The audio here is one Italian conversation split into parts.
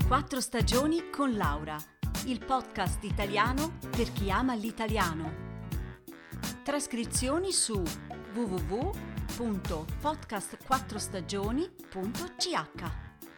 Quattro stagioni con Laura, il podcast italiano per chi ama l'italiano. Trascrizioni su www.podcastquattrostagioni.ch.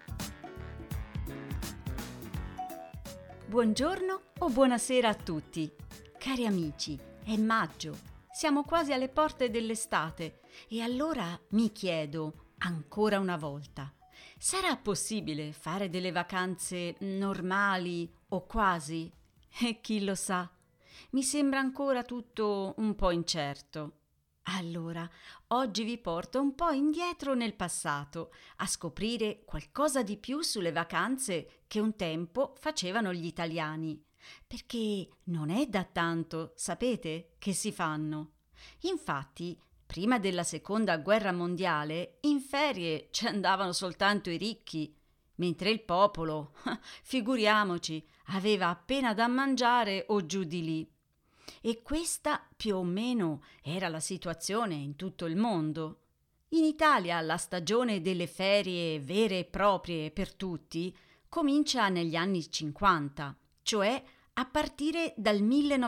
Buongiorno o buonasera a tutti. Cari amici, è maggio, siamo quasi alle porte dell'estate e allora mi chiedo, ancora una volta, sarà possibile fare delle vacanze normali o quasi? E chi lo sa? Mi sembra ancora tutto un po' incerto. Allora, oggi vi porto un po' indietro nel passato, a scoprire qualcosa di più sulle vacanze che un tempo facevano gli italiani, perché non è da tanto, sapete, che si fanno. Infatti, prima della Seconda Guerra Mondiale, in ferie ci andavano soltanto i ricchi, mentre il popolo, figuriamoci, aveva appena da mangiare o giù di lì. E questa più o meno era la situazione in tutto il mondo. In Italia la stagione delle ferie vere e proprie per tutti comincia negli anni 50, cioè a partire dal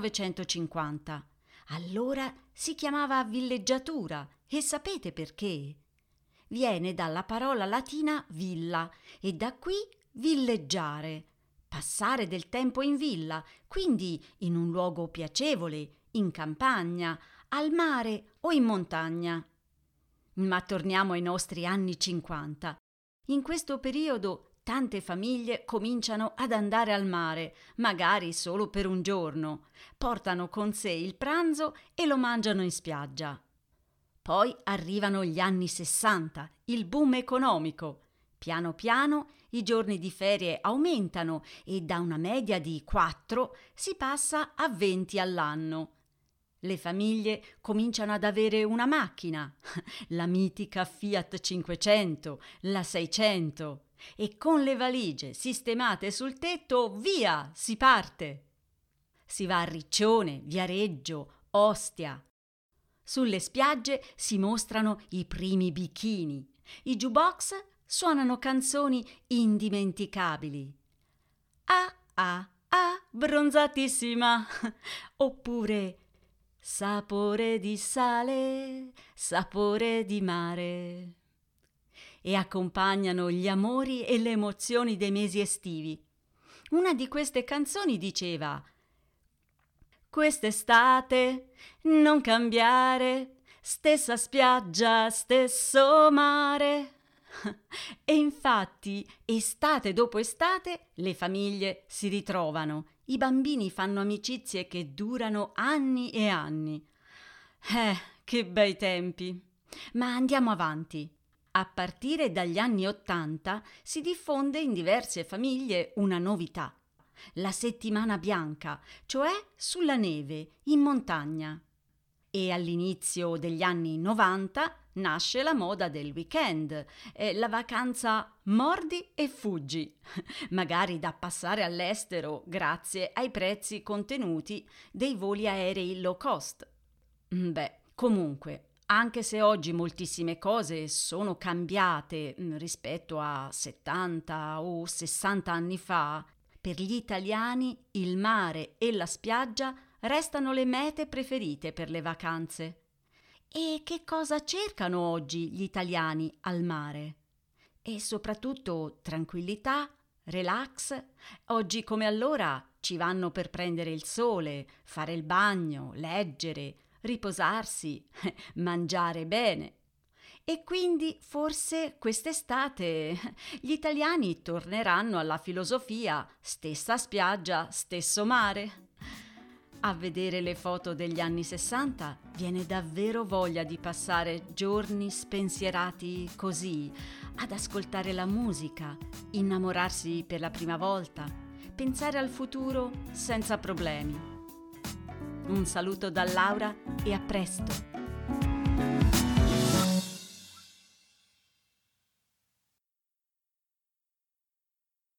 1950. Allora si chiamava villeggiatura e sapete perché? Viene dalla parola latina villa e da qui villeggiare. Passare del tempo in villa, quindi in un luogo piacevole, in campagna, al mare o in montagna. Ma torniamo ai nostri anni 50. In questo periodo tante famiglie cominciano ad andare al mare, magari solo per un giorno. Portano con sé il pranzo e lo mangiano in spiaggia. Poi arrivano gli anni 60, il boom economico. Piano piano i giorni di ferie aumentano e da una media di 4 si passa a 20 all'anno. Le famiglie cominciano ad avere una macchina, la mitica Fiat 500, la 600, e con le valigie sistemate sul tetto, via, si parte. Si va a Riccione, Viareggio, Ostia. Sulle spiagge si mostrano i primi bikini. I jukebox suonano canzoni indimenticabili. Ah, ah, ah, bronzatissima! Oppure sapore di sale, sapore di mare. E accompagnano gli amori e le emozioni dei mesi estivi. Una di queste canzoni diceva: quest'estate non cambiare, stessa spiaggia, stesso mare. E infatti, estate dopo estate, le famiglie si ritrovano, i bambini fanno amicizie che durano anni e anni. Che bei tempi! Ma andiamo avanti. A partire dagli anni '80 si diffonde in diverse famiglie una novità: la settimana bianca, cioè sulla neve, in montagna. E all'inizio degli anni 90 nasce la moda del weekend, la vacanza mordi e fuggi, magari da passare all'estero grazie ai prezzi contenuti dei voli aerei low cost. Comunque, anche se oggi moltissime cose sono cambiate rispetto a 70 o 60 anni fa, per gli italiani il mare e la spiaggia restano le mete preferite per le vacanze. E che cosa cercano oggi gli italiani al mare? E soprattutto tranquillità, relax. Oggi come allora ci vanno per prendere il sole, fare il bagno, leggere, riposarsi, mangiare bene. E quindi forse quest'estate gli italiani torneranno alla filosofia stessa spiaggia, stesso mare. A vedere le foto degli anni 60 viene davvero voglia di passare giorni spensierati così, ad ascoltare la musica, innamorarsi per la prima volta, pensare al futuro senza problemi. Un saluto da Laura e a presto!